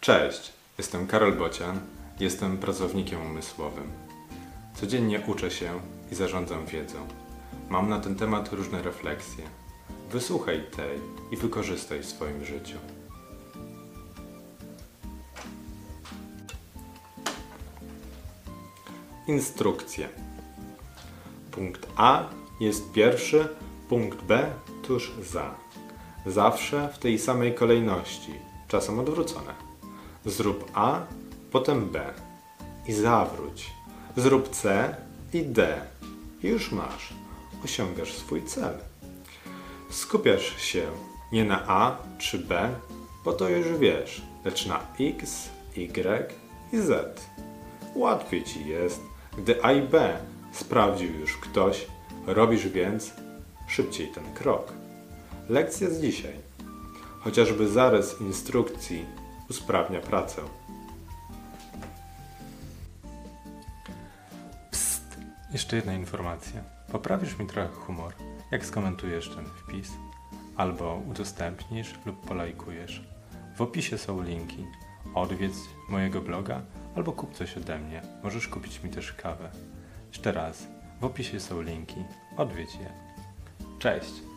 Cześć, jestem Karol Bocian, jestem pracownikiem umysłowym. Codziennie uczę się i zarządzam wiedzą. Mam na ten temat różne refleksje. Wysłuchaj tej i wykorzystaj w swoim życiu. Instrukcje. Punkt A jest pierwszy, punkt B tuż za. Zawsze w tej samej kolejności, czasem odwrócone. Zrób A, potem B i zawróć. Zrób C i D i już masz. Osiągasz swój cel. Skupiasz się nie na A czy B, bo to już wiesz, lecz na X, Y i Z. Łatwiej Ci jest, gdy A i B sprawdził już ktoś, robisz więc szybciej ten krok. Lekcja z dzisiaj. Chociażby zarys instrukcji usprawnia pracę. Psst! Jeszcze jedna informacja. Poprawisz mi trochę humor, jak skomentujesz ten wpis, albo udostępnisz lub polajkujesz. W opisie są linki. Odwiedź mojego bloga albo kup coś ode mnie. Możesz kupić mi też kawę. Jeszcze raz. W opisie są linki. Odwiedź je. Cześć!